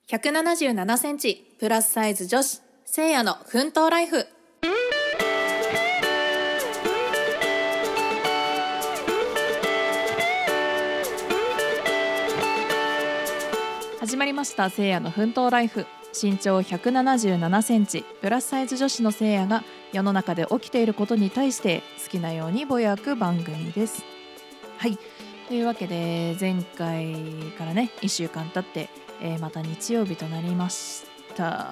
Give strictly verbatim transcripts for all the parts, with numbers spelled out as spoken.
ひゃくななじゅうななセンチプラスサイズ女子せいやの奮闘ライフ。始まりました。せいやの奮闘ライフ。身長ひゃくななじゅうななセンチプラスサイズ女子のせいやが世の中で起きていることに対して好きなようにぼやく番組です。はい、というわけで前回からねいっしゅうかん経って、えー、また日曜日となりました。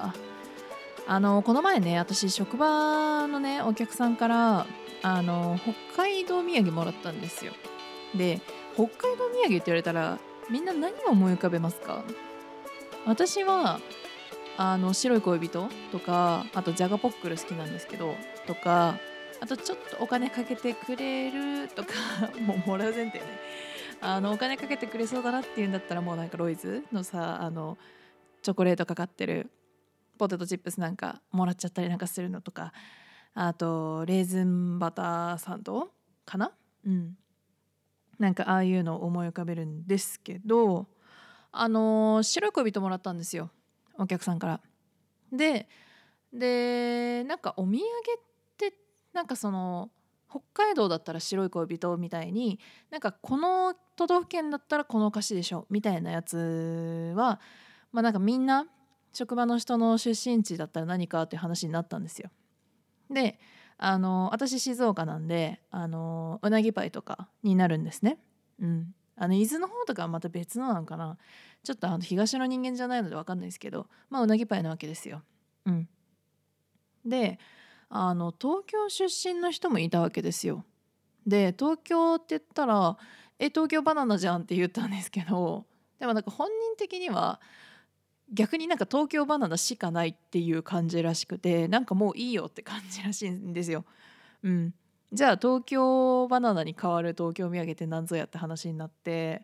あのこの前ね、私職場のねお客さんからあの北海道土産もらったんですよ。で、北海道土産って言われたらみんな何を思い浮かべますか？私はあの白い恋人とか、あとジャガポックル好きなんですけどとか、あとちょっとお金かけてくれるとかもうもらう前提ね、あのお金かけてくれそうだなっていうんだったら、もうなんかロイズのさ、あのチョコレートかかってるポテトチップスなんかもらっちゃったりなんかするのとか、あとレーズンバターサンドかな、うんなんかああいうのを思い浮かべるんですけど、あの白い恋人もらったんですよ、お客さんから。ででなんかお土産ってなんかその北海道だったら白い恋人みたいに、なんかこの都道府県だったらこのお菓子でしょみたいなやつは、まあなんかみんな職場の人の出身地だったら何かっていう話になったんですよ。であの私静岡なんで、あのうなぎパイとかになるんですね。うんあの伊豆の方とかはまた別のなんかな、ちょっとあの東の人間じゃないので分かんないですけど、まあうなぎパイなわけですよ。うんであの東京出身の人もいたわけですよ。で東京って言ったらえ東京バナナじゃんって言ったんですけど、でもなんか本人的には逆になんか東京バナナしかないっていう感じらしくて、なんかもういいよって感じらしいんですよ。うん、じゃあ東京バナナに代わる東京土産って何ぞやって話になって、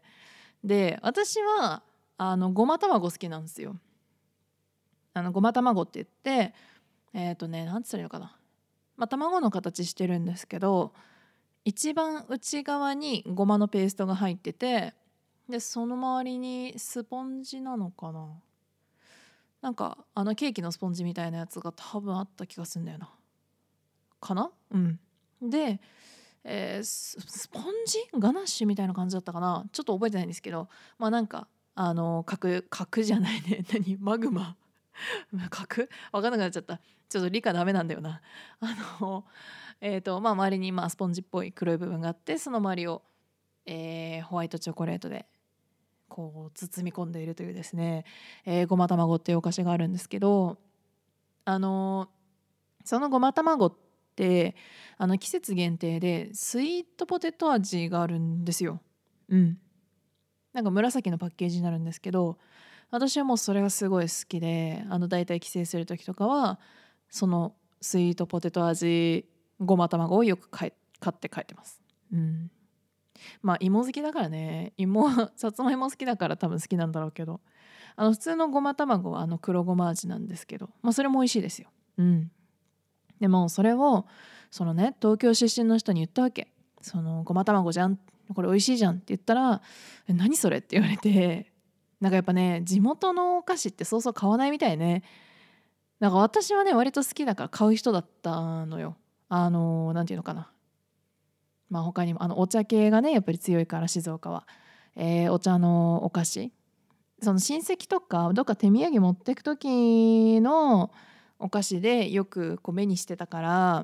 で私はあのごま卵好きなんですよ。あのごま卵って言ってえっ、ー、とねなんつったらいいのかな、まあ、卵の形してるんですけど、一番内側にごまのペーストが入ってて、でその周りにスポンジなのかな、なんかあのケーキのスポンジみたいなやつが多分あった気がするんだよな、かな。うんで、えース、スポンジガナッシュみたいな感じだったかな、ちょっと覚えてないんですけど、まあなんかあの角角じゃないね何マグマ角分かんなくなっちゃった。ちょっと理科ダメなんだよな。あのえーとまあ周りにまあスポンジっぽい黒い部分があって、その周りを、えーホワイトチョコレートでこう包み込んでいるというですね、えー、ごま卵っていうお菓子があるんですけど、あのそのごま卵ってあの季節限定でスイートポテト味があるんですよ。うんなんか紫のパッケージになるんですけど、私はもうそれがすごい好きで、あのだいたい帰省する時とかはそのスイートポテト味ごま卵をよく買って帰ってます。うんまあ芋好きだからね、芋さつまいも好きだから多分好きなんだろうけど、あの普通のごま卵はあの黒ごま味なんですけど、まあそれも美味しいですよ。うんでもそれをそのね東京出身の人に言ったわけ。そのごま卵じゃん、これ美味しいじゃんって言ったら、え何それって言われて、なんかやっぱね地元のお菓子ってそうそう買わないみたいね。なんか私はね割と好きだから買う人だったのよ。あのなんていうのかな、まあ他にもあのお茶系がねやっぱり強いから静岡は、えーお茶のお菓子、その親戚とかどっか手土産持ってく時のお菓子でよくこう目にしてたから、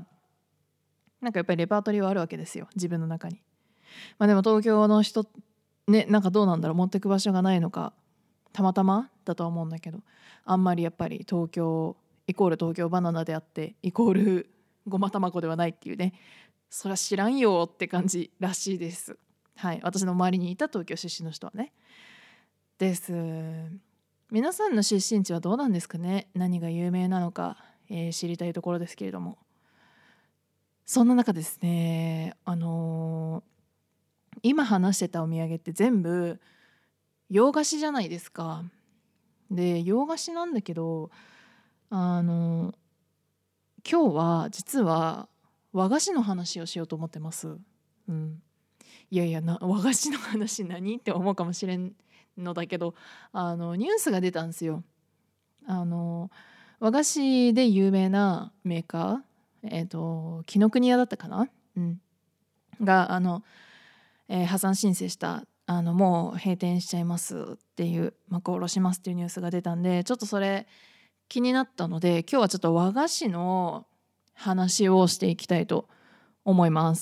なんかやっぱりレパートリーはあるわけですよ自分の中に。まあでも東京の人ね、なんかどうなんだろう、持ってく場所がないのかたまたまだとは思うんだけど、あんまりやっぱり東京イコール東京バナナであってイコールごま卵ではないっていうね、そりゃ知らんよって感じらしいです。はい私の周りにいた東京出身の人はねです。皆さんの出身地はどうなんですかね、何が有名なのか、えー知りたいところですけれども、そんな中ですね、あのー今話してたお土産って全部洋菓子じゃないですか。で洋菓子なんだけど、あのー今日は実は和菓子の話をしようと思ってます。うん、いやいやな和菓子の話何って思うかもしれんのだけど、あのニュースが出たんですよ。 あの和菓子で有名なメーカー、えっ、と紀ノ国屋だったかな、うん、があの、えー破産申請した、あのもう閉店しちゃいますっていう、幕を下ろしますっていうニュースが出たんで、ちょっとそれ気になったので、今日はちょっと和菓子の話をしていきたいと思います。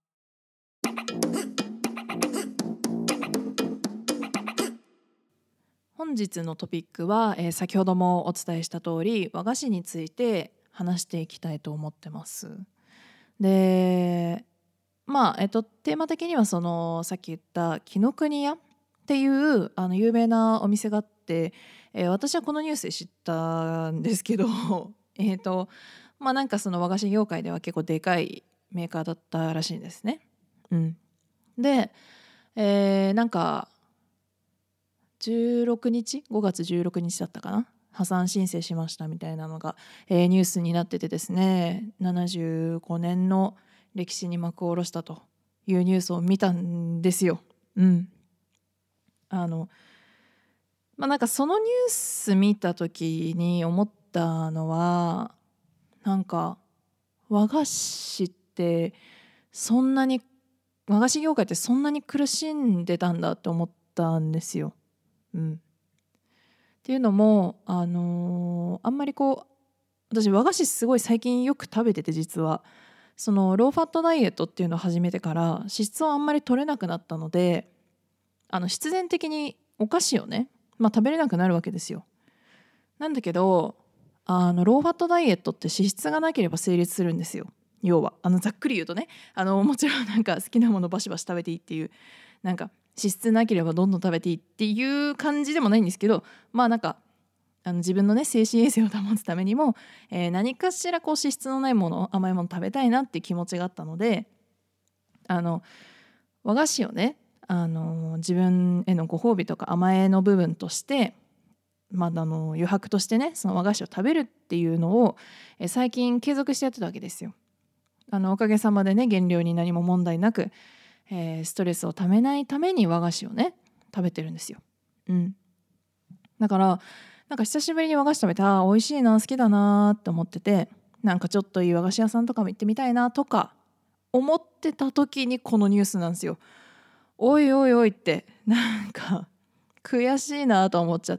本日のトピックは、えー先ほどもお伝えした通り、和菓子について話していきたいと思ってます。で、まあ、えっと、テーマ的にはそのさっき言った紀ノ国屋っていうあの有名なお店があって、えー私はこのニュースで知ったんですけどえっとまあなんかその和菓子業界では結構でかいメーカーだったらしいんですね。うん、で、えーなんかじゅうろくにちごがつじゅうろくにちだったかな、破産申請しましたみたいなのが、えーニュースになっててですね、ななじゅうごねんの歴史に幕を下ろしたというニュースを見たんですよ。うん、あのまあなんかそのニュース見た時に思ったのは、なんか和菓子ってそんなに和菓子業界ってそんなに苦しんでたんだって思ったんですよ。うん、っていうのも、あのーあんまりこう私和菓子すごい最近よく食べてて、実はそのローファットダイエットっていうのを始めてから脂質をあんまり取れなくなったので、あの必然的にお菓子をね、まあ、食べれなくなるわけですよ。なんだけど、あのローファットダイエットって脂質がなければ成立するんですよ。要はあのざっくり言うとね、あのもちろんなんか好きなものバシバシ食べていいっていう、なんか脂質なければどんどん食べていいっていう感じでもないんですけど、まあなんかあの自分のね精神衛生を保つためにも、えー何かしらこう脂質のないもの、甘いもの食べたいなっていう気持ちがあったので、あの和菓子をね、あの自分へのご褒美とか甘えの部分として、まあ、あの余白としてねその和菓子を食べるっていうのを、え最近継続してやってたわけですよ。あのおかげさまでね減量に何も問題なく、えーストレスをためないために和菓子をね食べてるんですよ。うん、だからなんか久しぶりに和菓子食べて、あー美味しいな、好きだなって思ってて、なんかちょっといい和菓子屋さんとかも行ってみたいなとか思ってた時にこのニュースなんですよ。おいおいおいって、なんか悔しいなと思っちゃって、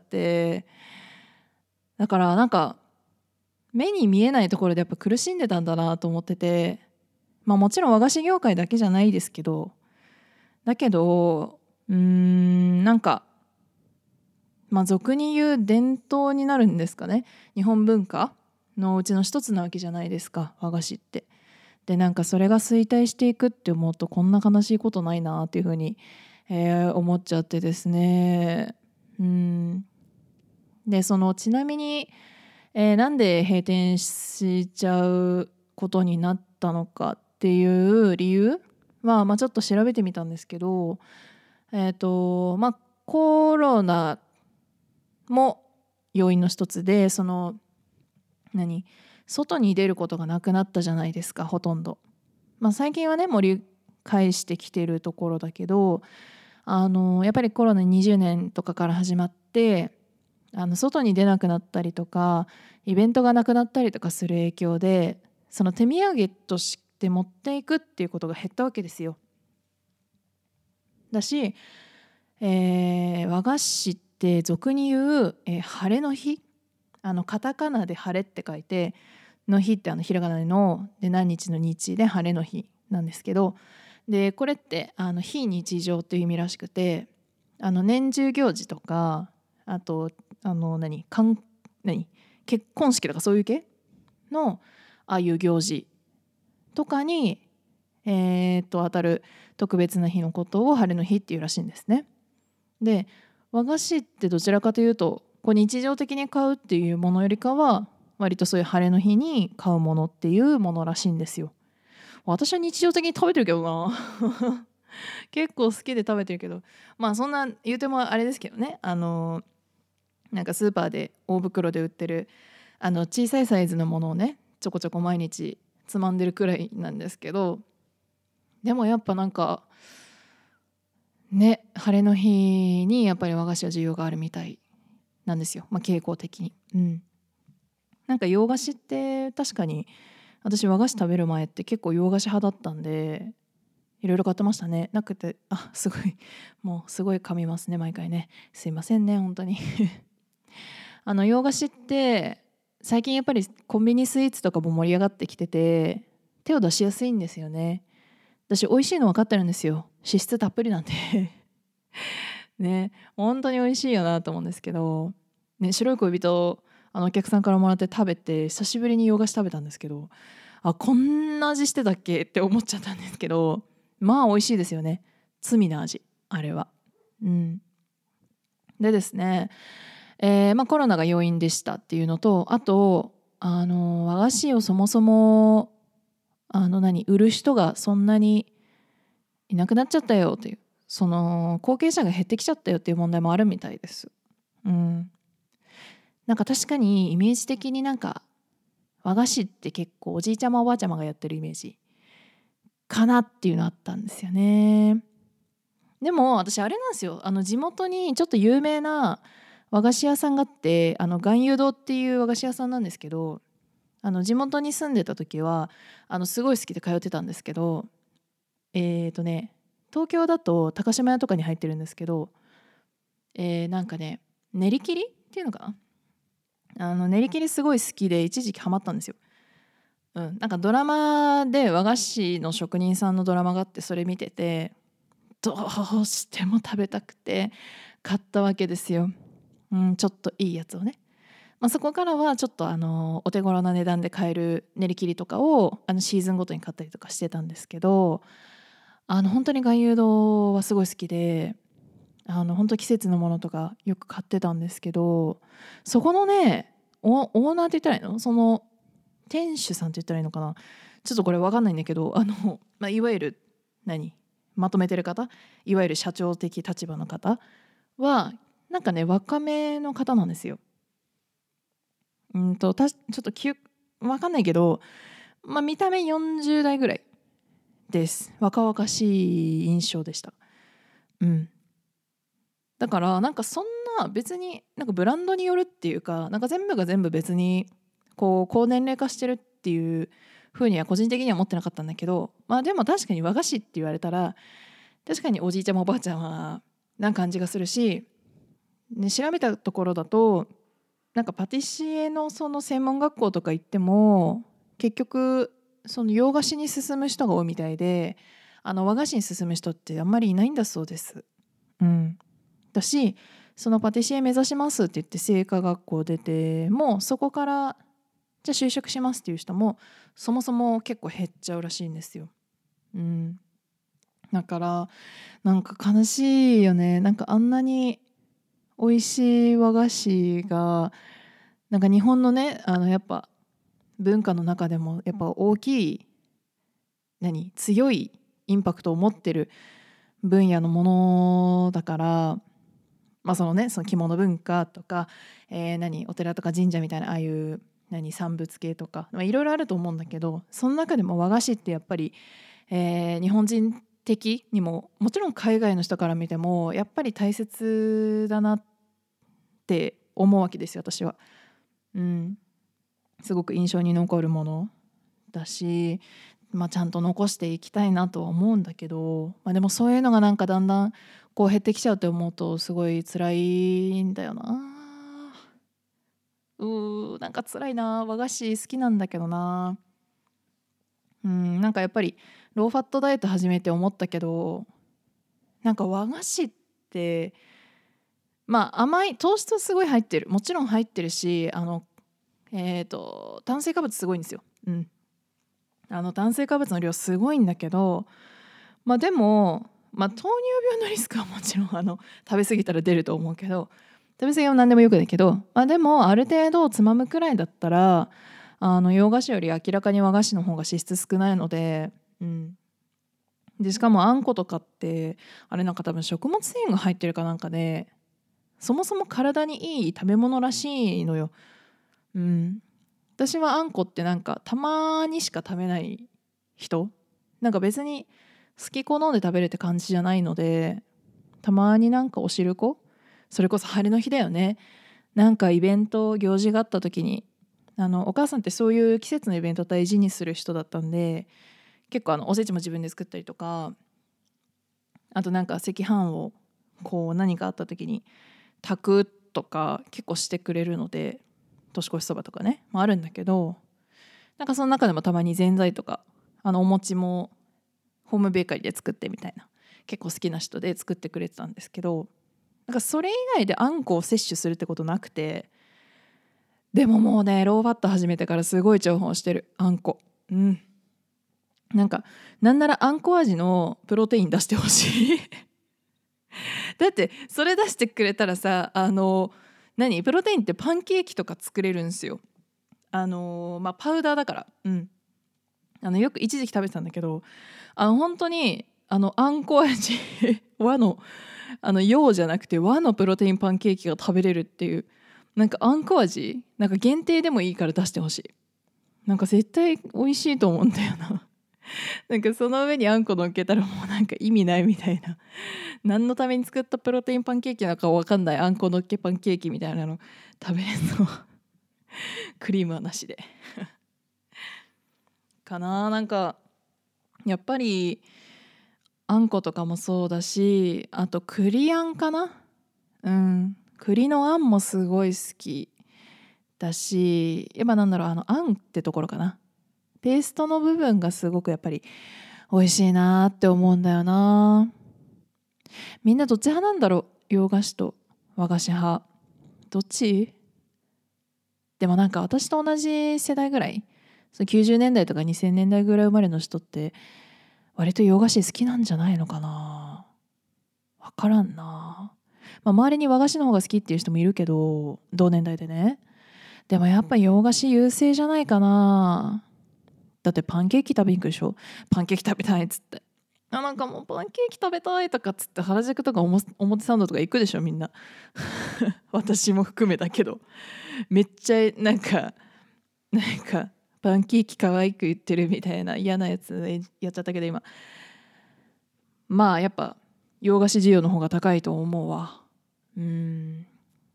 だからなんか目に見えないところでやっぱ苦しんでたんだなと思ってて、まあもちろん和菓子業界だけじゃないですけど、だけどうーんなんかまあ俗に言う伝統になるんですかね、日本文化のうちの一つなわけじゃないですか、和菓子って。でなんかそれが衰退していくって思うと、こんな悲しいことないなっていうふうに、えー思っちゃってですね。うんでそのちなみに、えーなんで閉店しちゃうことになったのかっていう理由は、まあ、ちょっと調べてみたんですけど、えっとまあコロナも要因の一つで、その何外に出ることがなくなったじゃないですか、ほとんど。まあ、最近はね盛り返してきてるところだけど、あのやっぱりコロナにじゅうねんとかから始まって、あの外に出なくなったりとかイベントがなくなったりとかする影響で、その手土産として持っていくっていうことが減ったわけですよ。だし、えー和菓子って俗に言う、えー晴れの日、あのカタカナで晴れって書いての日ってあのひらがなので何日の日で晴れの日なんですけど、でこれってあの非日常という意味らしくて、あの年中行事とか、あとあの何かん何結婚式とかそういう系のああいう行事とかに、えー、と当たる特別な日のことを晴れの日っていうらしいんですね。で和菓子ってどちらかというとこう日常的に買うっていうものよりかは割とそういう晴れの日に買うものっていうものらしいんですよ。私は日常的に食べてるけどな結構好きで食べてるけど、まあそんな言うてもあれですけどね、あのなんかスーパーで大袋で売ってるあの小さいサイズのものをねちょこちょこ毎日つまんでるくらいなんですけど、でもやっぱなんかね晴れの日にやっぱり和菓子は需要があるみたいなんですよ、まあ、傾向的に。うん、なんか洋菓子って確かに私和菓子食べる前って結構洋菓子派だったんでいろいろ買ってましたね。なくてあすごいもうすごい噛みますね毎回ね、すいませんね本当にあの洋菓子って最近やっぱりコンビニスイーツとかも盛り上がってきてて手を出しやすいんですよね。私美味しいの分かってるんですよ、脂質たっぷりなんでね、本当に美味しいよなと思うんですけど、ね、白い恋人あのお客さんからもらって食べて久しぶりに洋菓子食べたんですけど、あこんな味してたっけって思っちゃったんですけど、まあ美味しいですよね、罪な味あれは。うんでですね、えーまあ、コロナが要因でしたっていうのと、あとあの和菓子をそもそもあの何売る人がそんなにいなくなっちゃったよという、その後継者が減ってきちゃったよっていう問題もあるみたいです。うん、なんか確かにイメージ的になんか和菓子って結構おじいちゃまおばあちゃまがやってるイメージかなっていうのあったんですよね。でも私あれなんですよ、あの地元にちょっと有名な和菓子屋さんがあって、あの巖湯堂っていう和菓子屋さんなんですけど、あの地元に住んでた時はあのすごい好きで通ってたんですけど、えーとね東京だと高島屋とかに入ってるんですけど、えーなんかね練り切りっていうのかな、あの練り切りすごい好きで一時期ハマったんですよ。うん、なんかドラマで和菓子の職人さんのドラマがあってそれ見ててどうしても食べたくて買ったわけですよ。うん、ちょっといいやつをね。まあ、そこからはちょっとあのお手頃な値段で買える練り切りとかをあのシーズンごとに買ったりとかしてたんですけど、あの本当に巖湯堂はすごい好きで、あの本当季節のものとかよく買ってたんですけど、そこのねオオーナーって言ったらいいの、その店主さんって言ったらいいのかな、ちょっとこれ分かんないんだけど、あの、まあ、いわゆる何まとめてる方、いわゆる社長的立場の方はなんかね若めの方なんですよ。うんとたちょっときゅ分かんないけど、まあ、見た目よんじゅう代ぐらいです。若々しい印象でした。うん、だからなんかそんな別になんかブランドによるっていうか、なんか全部が全部別にこう高年齢化してるっていう風には個人的には思ってなかったんだけど、まあでも確かに和菓子って言われたら確かにおじいちゃんもおばあちゃんはな感じがするし、ね、調べたところだとなんかパティシエのその専門学校とか行っても結局その洋菓子に進む人が多いみたいで、あの和菓子に進む人ってあんまりいないんだそうです。うん、だしそのパティシエ目指しますって言って製菓学校出てもそこからじゃあ就職しますっていう人もそもそも結構減っちゃうらしいんですよ。うん、だからなんか悲しいよね。なんかあんなに美味しい和菓子がなんか日本のねあのやっぱ文化の中でもやっぱ大きい何強いインパクトを持ってる分野のものだから、まあそのねその着物文化とか、えー何お寺とか神社みたいなああいう何産物系とかいろいろあると思うんだけど、その中でも和菓子ってやっぱり、えー日本人的にももちろん海外の人から見てもやっぱり大切だなって思うわけですよ私は。うん、すごく印象に残るものだし、まあ、ちゃんと残していきたいなとは思うんだけど、まあ、でもそういうのがなんかだんだんこう減ってきちゃうって思うとすごい辛いんだよな。うーなんか辛いな、和菓子好きなんだけどな。うんなんかやっぱりローファットダイエット始めて思ったけど、なんか和菓子ってまあ甘い糖質すごい入ってる、もちろん入ってるし、あのえーと炭水化物すごいんですよ。うんあの炭水化物の量すごいんだけど、まあでも、まあ、糖尿病のリスクはもちろんあの食べ過ぎたら出ると思うけど、食べ過ぎは何でもよくないけど、まあ、でもある程度つまむくらいだったらあの洋菓子より明らかに和菓子の方が脂質少ないので、うん、でしかもあんことかってあれなんか多分食物繊維が入ってるかなんかでそもそも体にいい食べ物らしいのよ。うん、私はあんこってなんかたまにしか食べない人、なんか別に好き好んで食べるって感じじゃないので、たまになんかお汁粉、それこそ晴れの日だよね、 なんかイベント行事があった時に、あのお母さんってそういう季節のイベントを大事にする人だったんで、結構あのおせちも自分で作ったりとか、あとなんか赤飯をこう何かあった時に炊くとか結構してくれるので、年越しそばとかね、まあ、あるんだけど、なんかその中でもたまにぜんざいとか、あのお餅もホームベーカリーで作ってみたいな、結構好きな人で作ってくれてたんですけど、なんかそれ以外であんこを摂取するってことなくて、でももうね、ローファット始めてからすごい重宝してるあんこ。うんなんかなんならあんこ味のプロテイン出してほしいだってそれ出してくれたらさ、あの何プロテインってパンケーキとか作れるんですよ。あのまあパウダーだから、うんあのよく一時期食べてたんだけど、あの本当にあのあんこ味和のあの洋じゃなくて和のプロテインパンケーキが食べれるっていう、なんかあんこ味なんか限定でもいいから出してほしい。なんか絶対美味しいと思うんだよななんかその上にあんこ乗っけたらもうなんか意味ないみたいな、何のために作ったプロテインパンケーキなのか分かんないあんこ乗っけパンケーキみたいなの食べれそうクリームはなしでかな。なんかやっぱりあんことかもそうだし、あと栗あんかな。うん栗のあんもすごい好きだし、やっぱなんだろう、あのあんってところかな、ペーストの部分がすごくやっぱり美味しいなって思うんだよな。みんなどっち派なんだろう、洋菓子と和菓子派、どっち？でもなんか私と同じ世代ぐらい、そのきゅうじゅうねんだいとかにせんねんだいぐらい生まれの人って割と洋菓子好きなんじゃないのかな。分からんな、まあ、周りに和菓子の方が好きっていう人もいるけど、同年代でね。でもやっぱ洋菓子優勢じゃないかな。だってパンケーキ食べに行くでしょ、パンケーキ食べたいっつって、あなんかもうパンケーキ食べたいとかっつって原宿とか表参道とか行くでしょみんな私も含めだけど、めっちゃなんかなんかパンケーキ可愛く言ってるみたいな嫌なやつやっちゃったけど、今まあやっぱ洋菓子需要の方が高いと思うわ。うーん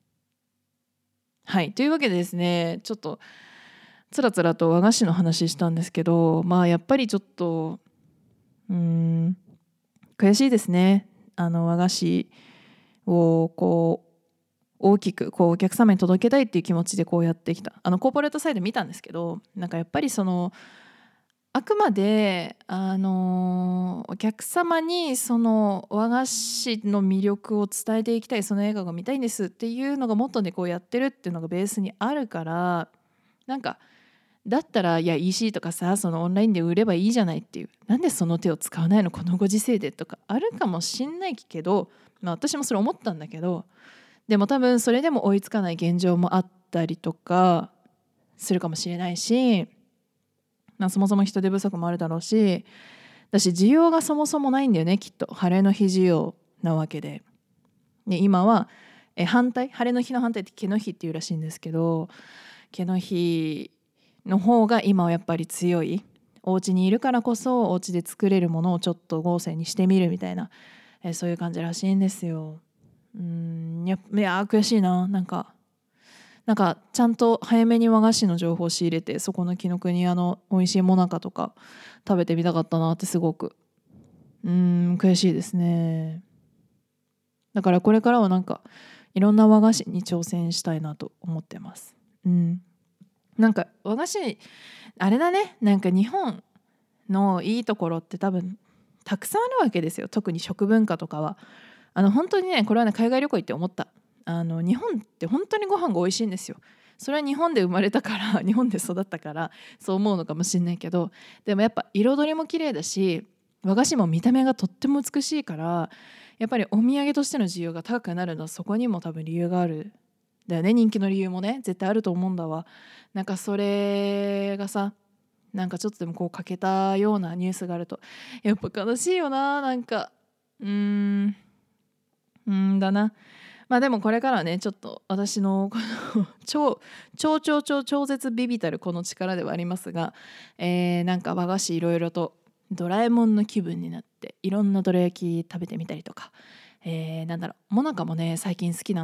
はいというわけでですね、ちょっとつらつらと和菓子の話したんですけど、まあやっぱりちょっとうーん悔しいですね。あの和菓子をこう大きくこうお客様に届けたいっていう気持ちでこうやってきた、あのコーポレートサイド見たんですけど、なんかやっぱりそのあくまであのお客様にその和菓子の魅力を伝えていきたい、その笑顔が見たいんですっていうのが元でこうやってるっていうのがベースにあるから、なんかだったらいや イーシー とかさ、そのオンラインで売ればいいじゃないっていう、なんでその手を使わないのこのご時世でとかあるかもしんないけど、まあ、私もそれ思ったんだけど、でも多分それでも追いつかない現状もあったりとかするかもしれないし、まあ、そもそも人手不足もあるだろうし、だし需要がそもそもないんだよねきっと。晴れの日需要なわけで、で今はえ反対、晴れの日の反対って毛の日っていうらしいんですけど、毛の日の方が今はやっぱり強い。お家にいるからこそお家で作れるものをちょっと豪勢にしてみるみたいな、えそういう感じらしいんですよ。うーんやいや悔しいな。なんかなんかちゃんと早めに和菓子の情報を仕入れて、そこの紀ノ国屋の美味しいもなかとか食べてみたかったなってすごくうーん悔しいですね。だからこれからはなんかいろんな和菓子に挑戦したいなと思ってます。うんなんか和菓子あれだね、なんか日本のいいところって多分たくさんあるわけですよ。特に食文化とかはあの本当にね、これはね海外旅行行って思った。あの日本って本当にご飯が美味しいんですよ。それは日本で生まれたから日本で育ったからそう思うのかもしれないけど、でもやっぱ彩りも綺麗だし和菓子も見た目がとっても美しいから、やっぱりお土産としての需要が高くなるのはそこにも多分理由があるだよね。人気の理由もね絶対あると思うんだわ。なんかそれがさ、なんかちょっとでもこう欠けたようなニュースがあるとやっぱ悲しいよな。なんかうーんうーんだな。まあでもこれからはねちょっと私のこの超超超超超絶ビビたるこの力ではありますが、えー、なんか和菓子いろいろとドラえもんの気分になっていろんなどら焼き食べてみたりとか、えー、なんだろうもなかもね最近好きなのよ。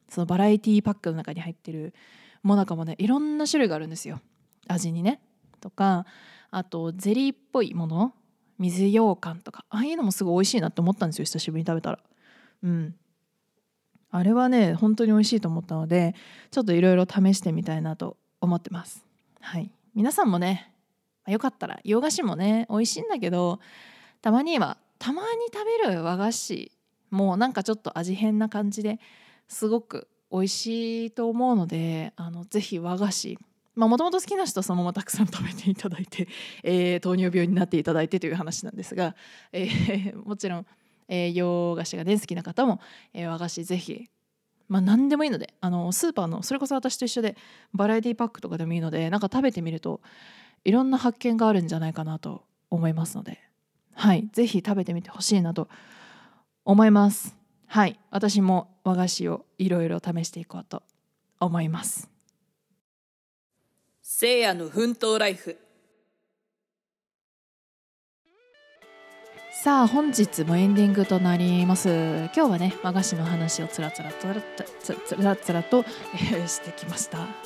そのバラエティパックの中に入ってるもなかもね、いろんな種類があるんですよ、味にね。とか、あとゼリーっぽいもの、水羊羹とか、ああいうのもすごい美味しいなって思ったんですよ、久しぶりに食べたら。うんあれはね本当に美味しいと思ったので、ちょっといろいろ試してみたいなと思ってます。はい、皆さんもね、よかったら、洋菓子もね美味しいんだけど、たまにはたまに食べる和菓子もうなんかちょっと味変な感じですごく美味しいと思うので、あのぜひ和菓子、まあもともと好きな人はそのままたくさん食べていただいて、えー糖尿病になっていただいてという話なんですが、えーもちろん、えー洋菓子がね好きな方も、えー和菓子ぜひ、まあ何でもいいので、あのスーパーのそれこそ私と一緒でバラエティパックとかでもいいので、なんか食べてみるといろんな発見があるんじゃないかなと思いますので、はいぜひ食べてみてほしいなと思います。はい、私も和菓子をいろいろ試していこうと思います。 せいやの奮闘ライフ。 さあ本日もエンディングとなります。今日はね和菓子の話をつらつらつらつらつらつらと、えーしてきました。はい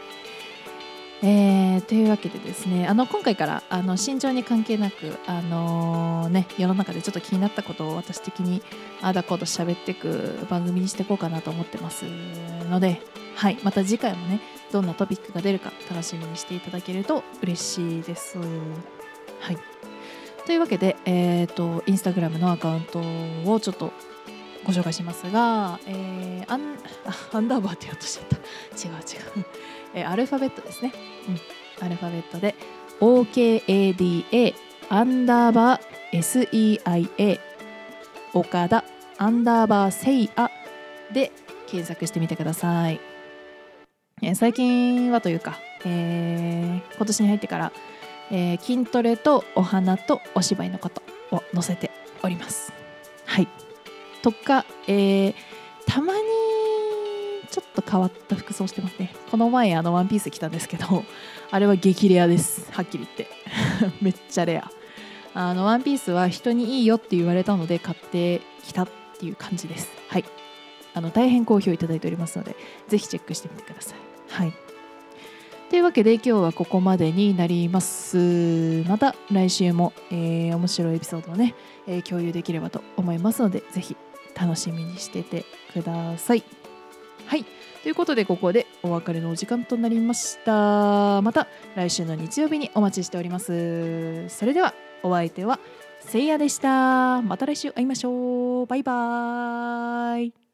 えー、というわけでですね、あの今回からあの身長に関係なく、あのーね、世の中でちょっと気になったことを私的にあだこうと喋っていく番組にしていこうかなと思ってますので、はい、また次回もねどんなトピックが出るか楽しみにしていただけると嬉しいです。はい、というわけで、えーと、インスタグラムのアカウントをちょっとご紹介しますが、えー、アンあアンダーバーって言おうとしちゃった違う違う、えー、アルファベットですね、うん、アルファベットで オーケーエーディーエー アンダーバー エスイーアイエー 岡田アンダーバーセイアで検索してみてください。えー、最近はというか、えー、今年に入ってから、えー、筋トレとお花とお芝居のことを載せております。はいとか、えー、たまにちょっと変わった服装してますね。この前あのワンピース着たんですけど、あれは激レアです、はっきり言ってめっちゃレア。あのワンピースは人にいいよって言われたので買ってきたっていう感じです。はいあの大変好評いただいておりますので、ぜひチェックしてみてください。はいというわけで今日はここまでになります。また来週も、えー、面白いエピソードをね、えー、共有できればと思いますので、ぜひ楽しみにしててください。はいということでここでお別れのお時間となりました。また来週の日曜日にお待ちしております。それではお相手はせいやでした。また来週会いましょう。バイバーイ。